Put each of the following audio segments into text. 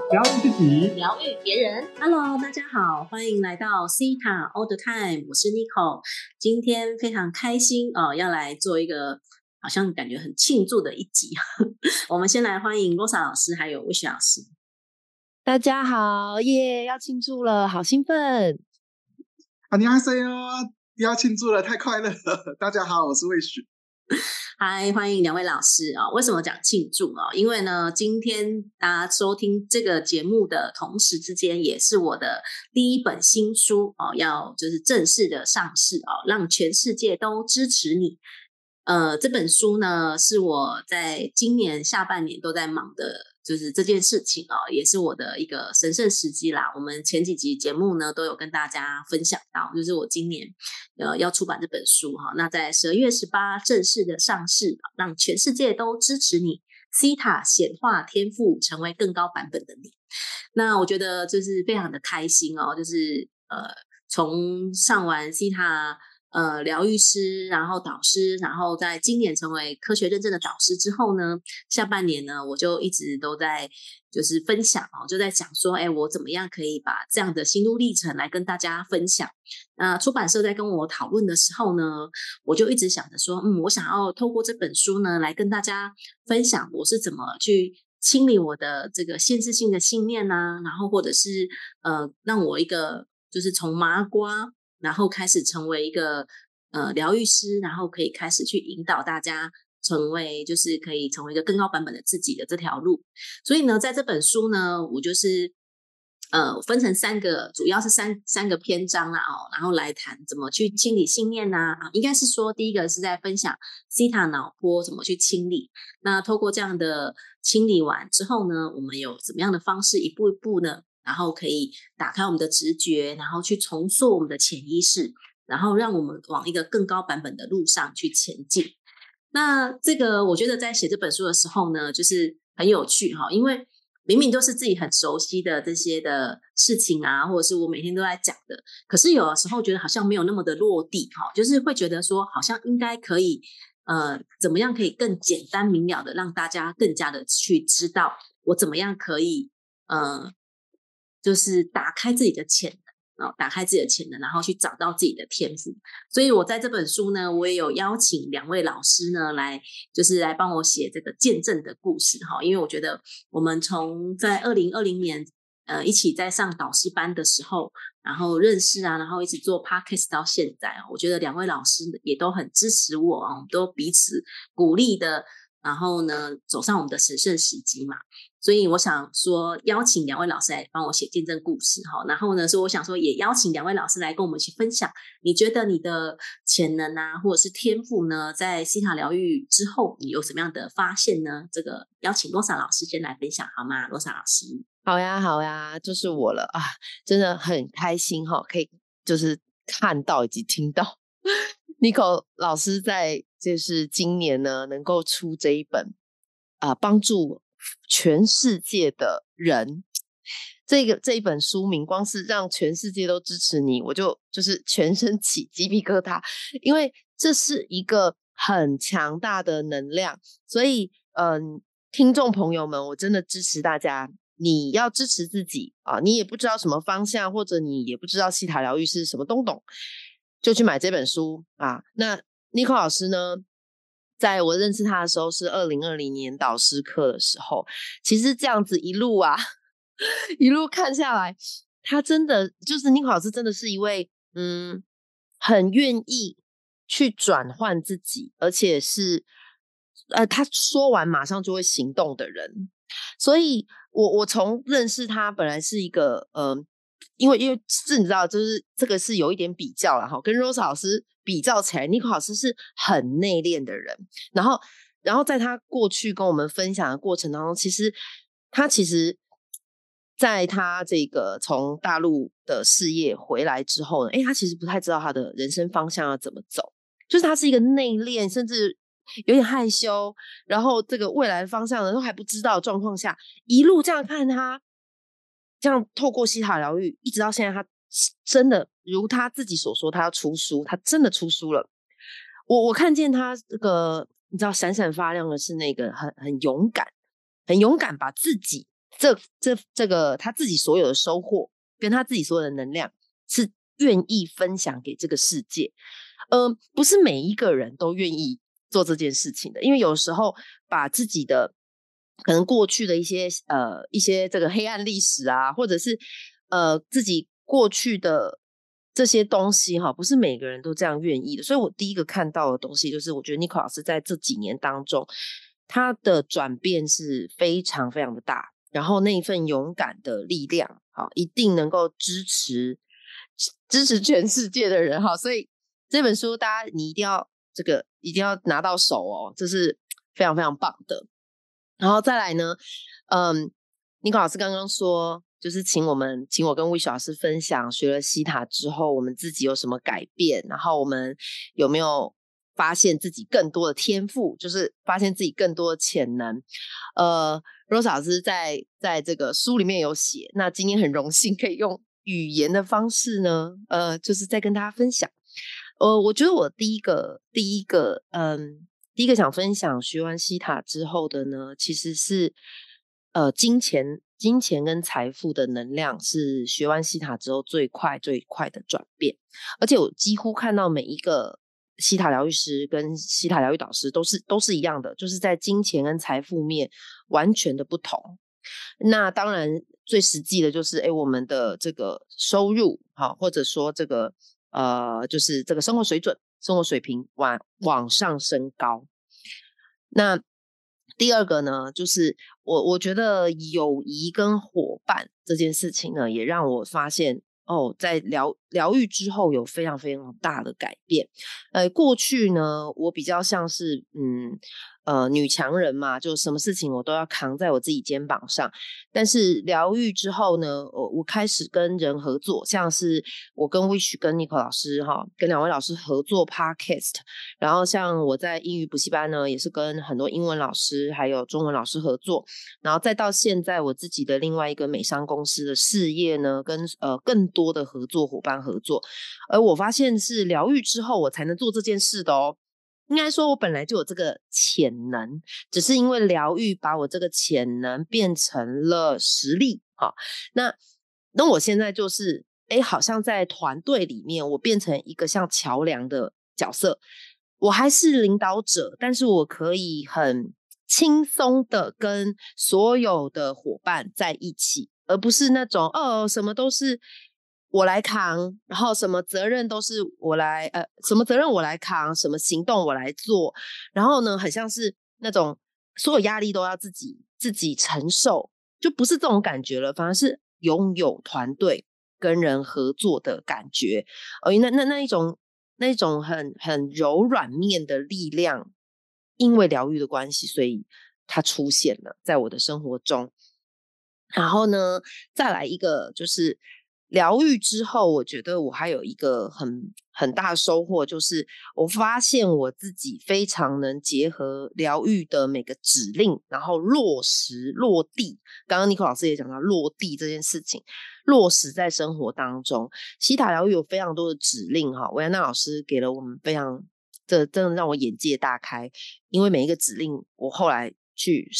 疗愈自己， 疗愈别人。Hello， 大家好，欢迎来到 Sita All the Time， 我是 Nicole。今天非常开心要来做一个好像感觉很庆祝的一集。我们先来欢迎 Rosa 老师还有 Wish 老师。 大家好耶，要庆祝了，好兴奋！ 안녕하세요，要庆祝了，太快乐了！大家好，我是Wish。 嗨，欢迎两位老师啊！为什么讲庆祝啊？因为呢，今天大家收听这个节目的同时之间，也是我的第一本新书哦，要就是正式的上市哦，让全世界都支持你。这本书呢，是我在今年下半年都在忙的，就是这件事情哦，也是我的一个神圣时机啦。我们前几集节目呢，都有跟大家分享到，就是我今年要出版这本书哈。那在12月18正式的上市，让全世界都支持你。Sita 显化天赋，成为更高版本的你。那我觉得就是非常的开心哦，就是从上完 Sita。疗愈师，然后导师，然后在今年成为科学认证的导师之后呢，下半年呢，我就一直都在就是分享就在想说，我怎么样可以把这样的心路历程来跟大家分享。那出版社在跟我讨论的时候呢，我就一直想着说，我想要透过这本书呢，来跟大家分享我是怎么去清理我的这个限制性的信念啊，然后或者是让我一个就是从麻瓜。然后开始成为一个疗愈师，然后可以开始去引导大家成为就是可以成为一个更高版本的自己的这条路。所以呢，在这本书呢，我就是分成主要是三个篇章啦然后来谈怎么去清理信念应该是说第一个是在分享 Sita 脑波怎么去清理。那透过这样的清理完之后呢，我们有怎么样的方式一步一步呢？然后可以打开我们的直觉，然后去重塑我们的潜意识，然后让我们往一个更高版本的路上去前进。那这个我觉得在写这本书的时候呢，就是很有趣因为明明都是自己很熟悉的这些的事情啊，或者是我每天都在讲的，可是有的时候觉得好像没有那么的落地就是会觉得说好像应该可以怎么样可以更简单明了的让大家更加的去知道我怎么样可以就是打开自己的潜能打开自己的潜能，然后去找到自己的天赋。所以我在这本书呢，我也有邀请两位老师呢来帮我写这个见证的故事因为我觉得我们从在2020年一起在上导师班的时候，然后认识然后一直做 podcast 到现在我觉得两位老师也都很支持我我们都彼此鼓励的，然后呢走上我们的神圣时机嘛。所以我想说邀请两位老师来帮我写见证故事然后呢，所以我想说也邀请两位老师来跟我们一起分享，你觉得你的潜能或者是天赋呢，在西塔疗愈之后你有什么样的发现呢？这个邀请罗莎老师先来分享好吗？罗莎老师。 好呀，就是我了啊！真的很开心可以就是看到以及听到Nicole 老师在就是今年呢能够出这一本帮助全世界的人这一本书名，光是让全世界都支持你，我就是全身起鸡皮疙瘩，因为这是一个很强大的能量，所以听众朋友们，我真的支持大家，你要支持自己你也不知道什么方向，或者你也不知道西塔疗愈是什么东东，就去买这本书那 Nicole 老师呢，在我认识他的时候是2020年导师课的时候，其实这样子一路一路看下来，他真的就是 Nicole 老师真的是一位很愿意去转换自己，而且是他说完马上就会行动的人。所以我从认识他本来是一个因为是你知道就是这个是有一点比较啦跟 Rose 老师比较起来， Nicole 老师是很内敛的人，然后在他过去跟我们分享的过程当中，其实在他这个从大陆的事业回来之后呢，他其实不太知道他的人生方向要怎么走，就是他是一个内敛甚至有点害羞，然后这个未来的方向呢都还不知道的状况下，一路这样看他这样透过西塔疗愈一直到现在，他真的如他自己所说，他要出书，他真的出书了。我看见他这个你知道闪闪发亮的是那个很勇敢把自己这个他自己所有的收获跟他自己所有的能量是愿意分享给这个世界。不是每一个人都愿意做这件事情的，因为有时候把自己的可能过去的一些这个黑暗历史啊，或者是自己过去的这些东西不是每个人都这样愿意的。所以我第一个看到的东西就是，我觉得 Nico 老师在这几年当中，他的转变是非常非常的大，然后那一份勇敢的力量一定能够支持全世界的人所以这本书大家你一定要拿到手这是非常非常棒的。然后再来呢Nico 老师刚刚说就是请我跟 Wish 老师分享学了西塔之后我们自己有什么改变，然后我们有没有发现自己更多的天赋，就是发现自己更多的潜能。Rose 老师在这个书里面有写，那今天很荣幸可以用语言的方式呢就是再跟大家分享。我觉得我第一个想分享学完西塔之后的呢，其实是金钱跟财富的能量是学完西塔之后最快的转变。而且我几乎看到每一个西塔疗愈师跟西塔疗愈导师都是一样的，就是在金钱跟财富面完全的不同。那当然最实际的就是我们的这个收入或者说这个就是这个生活水平往上升高。那第二个呢，就是我觉得友谊跟伙伴这件事情呢，也让我发现在疗愈之后有非常非常大的改变。过去呢，我比较像是女强人嘛，就什么事情我都要扛在我自己肩膀上。但是疗愈之后呢，我开始跟人合作，像是我跟 Wish 跟 Nico 老师跟两位老师合作 Podcast， 然后像我在英语补习班呢，也是跟很多英文老师还有中文老师合作，然后再到现在我自己的另外一个美商公司的事业呢，跟更多的合作伙伴合作。而我发现是疗愈之后我才能做这件事的应该说我本来就有这个潜能，只是因为疗愈把我这个潜能变成了实力那我现在就是好像在团队里面我变成一个像桥梁的角色，我还是领导者，但是我可以很轻松的跟所有的伙伴在一起，而不是那种什么都是我来扛，然后什么责任都是什么责任我来扛，什么行动我来做，然后呢很像是那种所有压力都要自己承受，就不是这种感觉了，反而是拥有团队跟人合作的感觉。那一种很柔软面的力量，因为疗愈的关系，所以它出现了在我的生活中。然后呢再来一个就是疗愈之后，我觉得我还有一个很大的收获，就是我发现我自己非常能结合疗愈的每个指令，然后落地。刚刚 Nico 老师也讲到落地这件事情，落实在生活当中。西塔疗愈有非常多的指令维安娜老师给了我们非常，这真的让我眼界大开。因为每一个指令，我后来去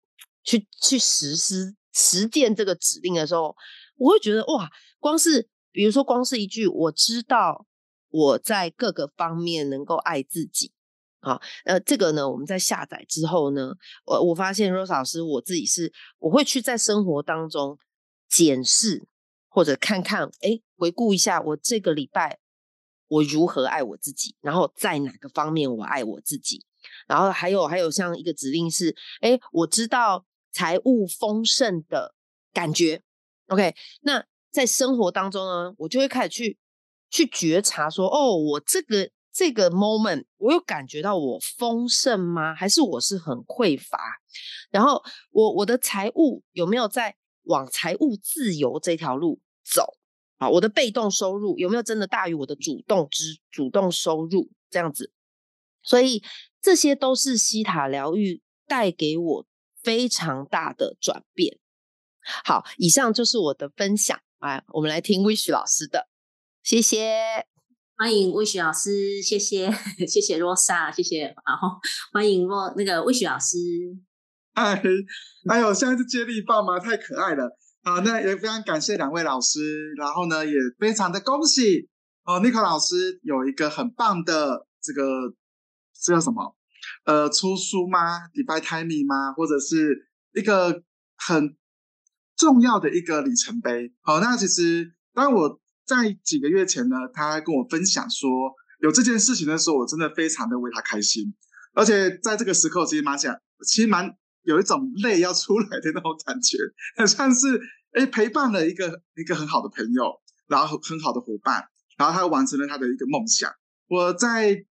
实践这个指令的时候，我会觉得哇，比如说光是一句我知道我在各个方面能够爱自己这个呢我们在下载之后呢，我发现 Rose 老师我自己我会去在生活当中检视或者看看回顾一下我这个礼拜我如何爱我自己，然后在哪个方面我爱我自己。然后还有像一个指令是我知道财务丰盛的感觉 OK， 那在生活当中呢，我就会开始去觉察说我这个 moment 我有感觉到我丰盛吗？还是我是很匮乏？然后我的财务有没有在往财务自由这条路走我的被动收入有没有真的大于我的主动收入这样子？所以这些都是西塔疗愈带给我非常大的转变。好，以上就是我的分享我们来听 Wish 老师的，谢谢。 欢迎 Wish 老师，谢谢谢谢 Rosa， 谢谢，然后欢迎那个 Wish 老师。 哎，哎呦，现在是接力棒吗？太可爱了。好，那也非常感谢两位老师，然后呢，也非常的恭喜Nico 老师有一个很棒的这叫什么？出书吗 ？Divine Timing 吗？或者是一个很重要的一个里程碑。好，那其实当我在几个月前呢，他跟我分享说有这件事情的时候，我真的非常的为他开心，而且在这个时刻，其实蛮有一种泪要出来的那种感觉，很像是陪伴了一个很好的朋友，然后很好的伙伴，然后他完成了他的一个梦想。我在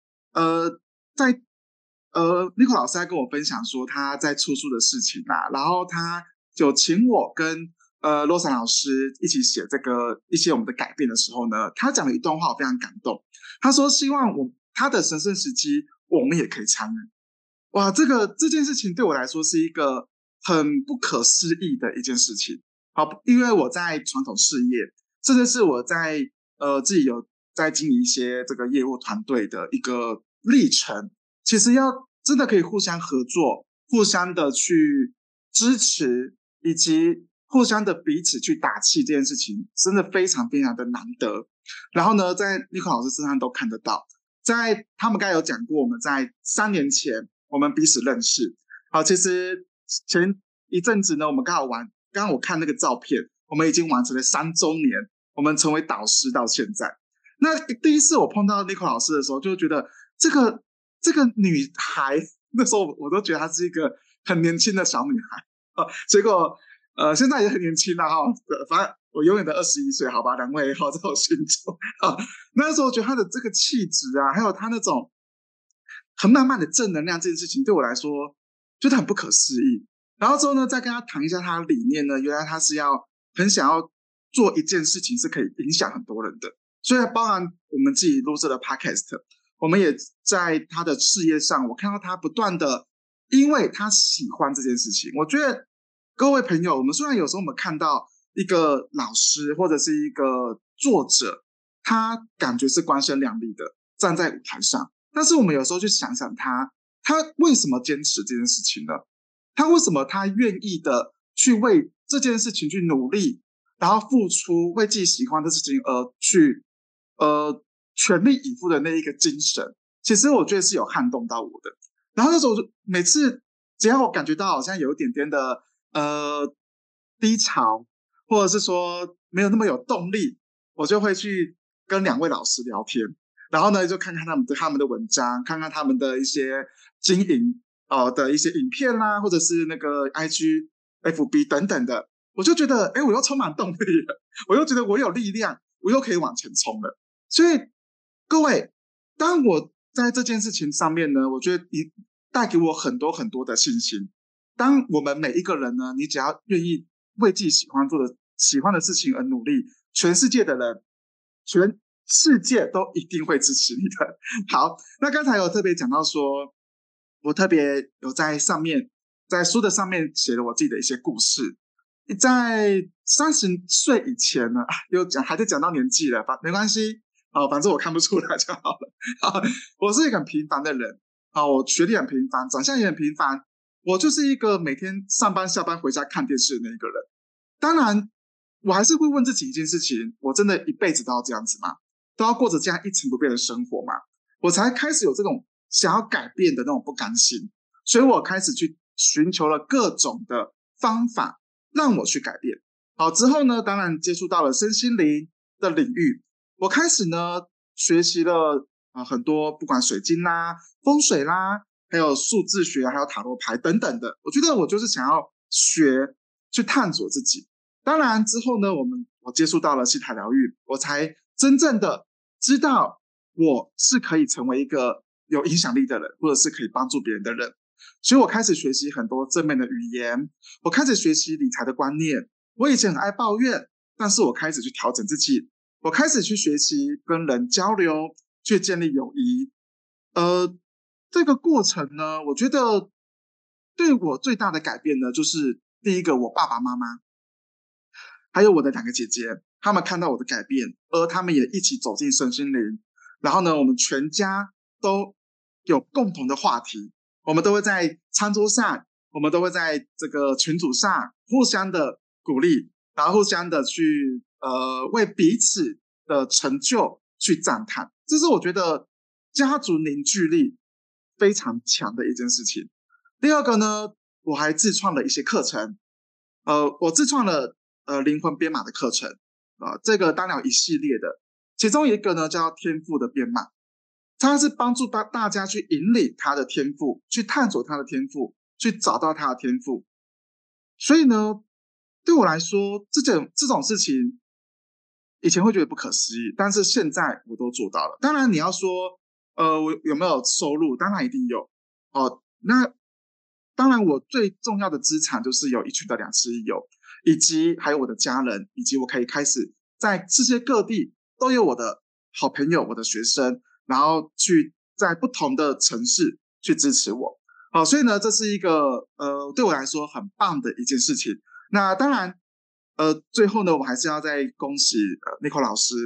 Nico 老师在跟我分享说他在出书的事情啊，然后他就请我跟洛珊老师一起写一些我们的改变的时候呢，他讲了一段话我非常感动。他说希望他的神圣时机我们也可以参与。哇，这件事情对我来说是一个很不可思议的一件事情。好，因为我在传统事业，甚至是我在自己有在经营一些这个业务团队的一个历程，其实要真的可以互相合作，互相的去支持，以及互相的彼此去打气，这件事情真的非常非常的难得。然后呢，在Nico老师身上都看得到，在他们刚才有讲过，我们在3年前我们彼此认识。好，其实前一阵子呢，我们刚刚我看那个照片，我们已经完成了3周年，我们成为导师到现在。那第一次我碰到 Nico 老师的时候，就觉得这个女孩，那时候我都觉得她是一个很年轻的小女孩结果现在也很年轻了哈，反正我永远的21岁，好吧，两位在我心中那时候我觉得她的这个气质啊，还有她那种很满满的正能量，这件事情对我来说觉得很不可思议。然后之后呢，再跟她谈一下她的理念呢，原来她是很想要做一件事情是可以影响很多人的。所以包含我们自己录制的 podcast， 我们也在他的事业上，我看到他不断的，因为他喜欢这件事情。我觉得各位朋友，我们虽然有时候我们看到一个老师或者是一个作者，他感觉是光鲜亮丽的站在舞台上，但是我们有时候去想想他为什么坚持这件事情呢？他为什么他愿意的去为这件事情去努力，然后付出，为自己喜欢的事情而去全力以赴的那一个精神，其实我觉得是有撼动到我的。然后那时候每次只要我感觉到好像有一点点的低潮，或者是说没有那么有动力，我就会去跟2位老师聊天，然后呢就看看他们的文章，看看他们的一些经营的一些影片啦，或者是那个 IG、FB 等等的，我就觉得我又充满动力了，我又觉得我有力量，我又可以往前冲了。所以各位，当我在这件事情上面呢，我觉得你带给我很多很多的信心。当我们每一个人呢，你只要愿意为自己喜欢的事情而努力，全世界的人，全世界都一定会支持你的。好，那刚才有特别讲到说，我特别有在书的上面写了我自己的一些故事。在30岁以前呢，还在讲到年纪了，没关系反正我看不出来就好了我是一个很平凡的人我学历很平凡，长相也很平凡，我就是一个每天上班下班回家看电视的那一个人。当然我还是会问自己一件事情，我真的一辈子都要这样子吗？都要过着这样一成不变的生活吗？我才开始有这种想要改变的那种不甘心，所以我开始去寻求了各种的方法让我去改变。好，之后呢，当然接触到了身心灵的领域，我开始呢学习了很多，不管水晶啦、风水啦，还有数字学，还有塔罗牌等等的。我觉得我就是想要去探索自己。当然之后呢，我接触到了西塔疗愈，我才真正的知道我是可以成为一个有影响力的人，或者是可以帮助别人的人。所以我开始学习很多正面的语言，我开始学习理财的观念。我以前很爱抱怨，但是我开始去调整自己，我开始去学习跟人交流，去建立友谊。这个过程呢，我觉得对我最大的改变呢，就是第一个，我爸爸妈妈还有我的2个姐姐，他们看到我的改变，而他们也一起走进身心灵。然后呢，我们全家都有共同的话题，我们都会在餐桌上我们都会在这个群组上互相的鼓励，然后互相的去为彼此的成就去赞叹，这是我觉得家族凝聚力非常强的一件事情。第二个呢，我还自创了一些课程，我自创了灵魂编码的课程，这个当然有一系列的，其中一个呢叫天赋的编码，它是帮助大家去引领他的天赋，去探索他的天赋，去找到他的天赋。所以呢，对我来说，这种事情以前会觉得不可思议，但是现在我都做到了。当然你要说我有没有收入，当然一定有那当然我最重要的资产就是有一群的良师益友，以及还有我的家人，以及我可以开始在世界各地都有我的好朋友，我的学生，然后去在不同的城市去支持我。所以呢，这是一个对我来说很棒的一件事情。那当然最后呢，我还是要再恭喜Nicole 老师，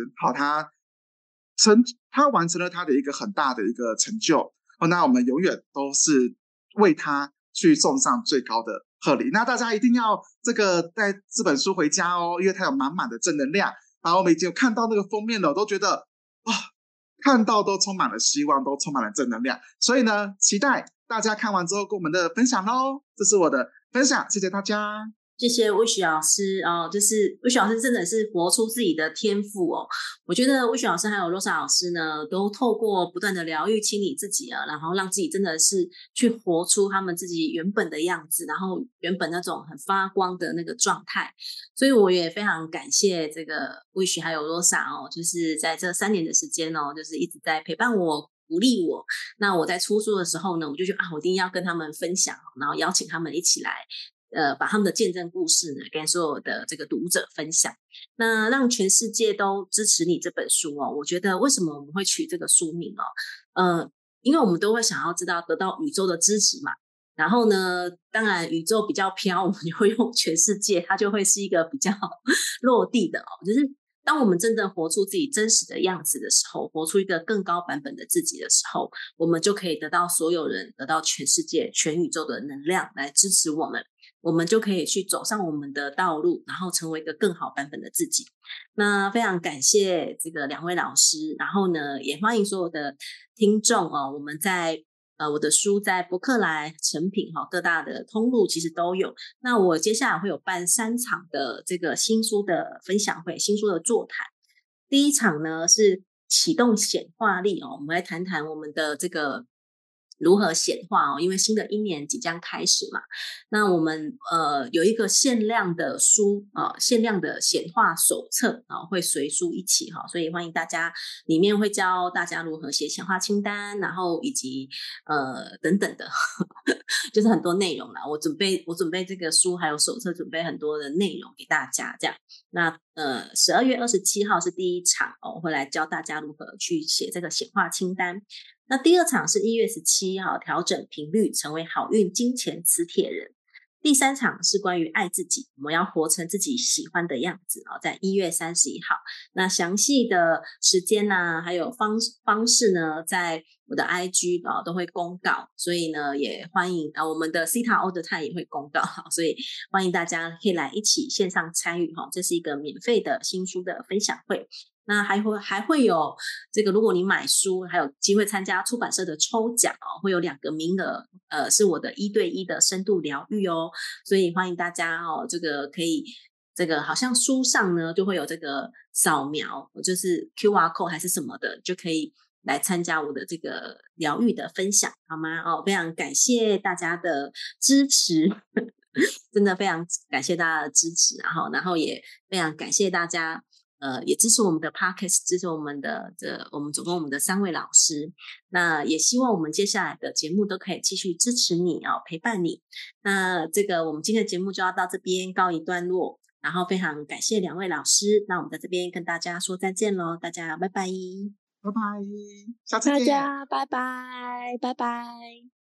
他完成了他的一个很大的一个成就。那我们永远都是为他去送上最高的贺礼。那大家一定要带这本书回家哦，因为它有满满的正能量。然后我们已经有看到那个封面了，我都觉得看到都充满了希望，都充满了正能量。所以呢，期待大家看完之后跟我们的分享咯。这是我的分享，谢谢大家。 谢谢Wish老师就是 Wish老师真的是活出自己的天赋我觉得Wish老师还有 Rosa 老师呢，都透过不断的疗愈清理自己然后让自己真的是去活出他们自己原本的样子，然后原本那种很发光的那个状态。所以我也非常感谢这个 Wish 还有 Rosa 就是在这3年的时间就是一直在陪伴我，鼓励我。那我在出书的时候呢，我就觉得我一定要跟他们分享，然后邀请他们一起来把他们的见证故事呢跟所有的这个读者分享。那让全世界都支持你这本书我觉得为什么我们会取这个书名因为我们都会想要知道得到宇宙的支持嘛。然后呢，当然宇宙比较飘，我们就会用全世界，它就会是一个比较落地的就是当我们真正活出自己真实的样子的时候，活出一个更高版本的自己的时候，我们就可以得到所有人，得到全世界全宇宙的能量来支持我们，我们就可以去走上我们的道路，然后成为一个更好版本的自己。那非常感谢这个2位老师，然后呢也欢迎所有的听众我们在我的书在博客来、诚品各大的通路其实都有。那我接下来会有办3场的这个新书的分享会，新书的座谈。第一场呢是启动显化力我们来谈谈我们的这个如何显化因为新的1年即将开始嘛。那我们有一个限量的书限量的显化手册会随书一起所以欢迎大家，里面会教大家如何写显化清单，然后以及等等的就是很多内容啦。我准备这个书还有手册，准备很多的内容给大家这样。那12月27号是第1场我会来教大家如何去写这个显化清单。那第2场是1月17号调整频率，成为好运金钱磁铁人。第3场是关于爱自己，我们要活成自己喜欢的样子在1月31号。那详细的时间还有方式呢，在我的 IG 都会公告，所以呢也欢迎我们的 Cita All the Time 也会公告所以欢迎大家可以来一起线上参与这是一个免费的新书的分享会。那还会有这个，如果你买书还有机会参加出版社的抽奖会有2个名额是我的1对1的深度疗愈所以欢迎大家这个可以这个好像书上呢就会有这个扫描，就是 QR code 还是什么的，就可以来参加我的这个疗愈的分享好吗非常感谢大家的支持真的非常感谢大家的支持然后也非常感谢大家也支持我们的 Podcast， 支持我们的我们总共我们的3位老师。那也希望我们接下来的节目都可以继续支持你陪伴你。那这个我们今天的节目就要到这边告一段落，然后非常感谢2位老师。那我们在这边跟大家说再见咯，大家拜拜， 拜拜，下次见， 大家拜拜，拜拜。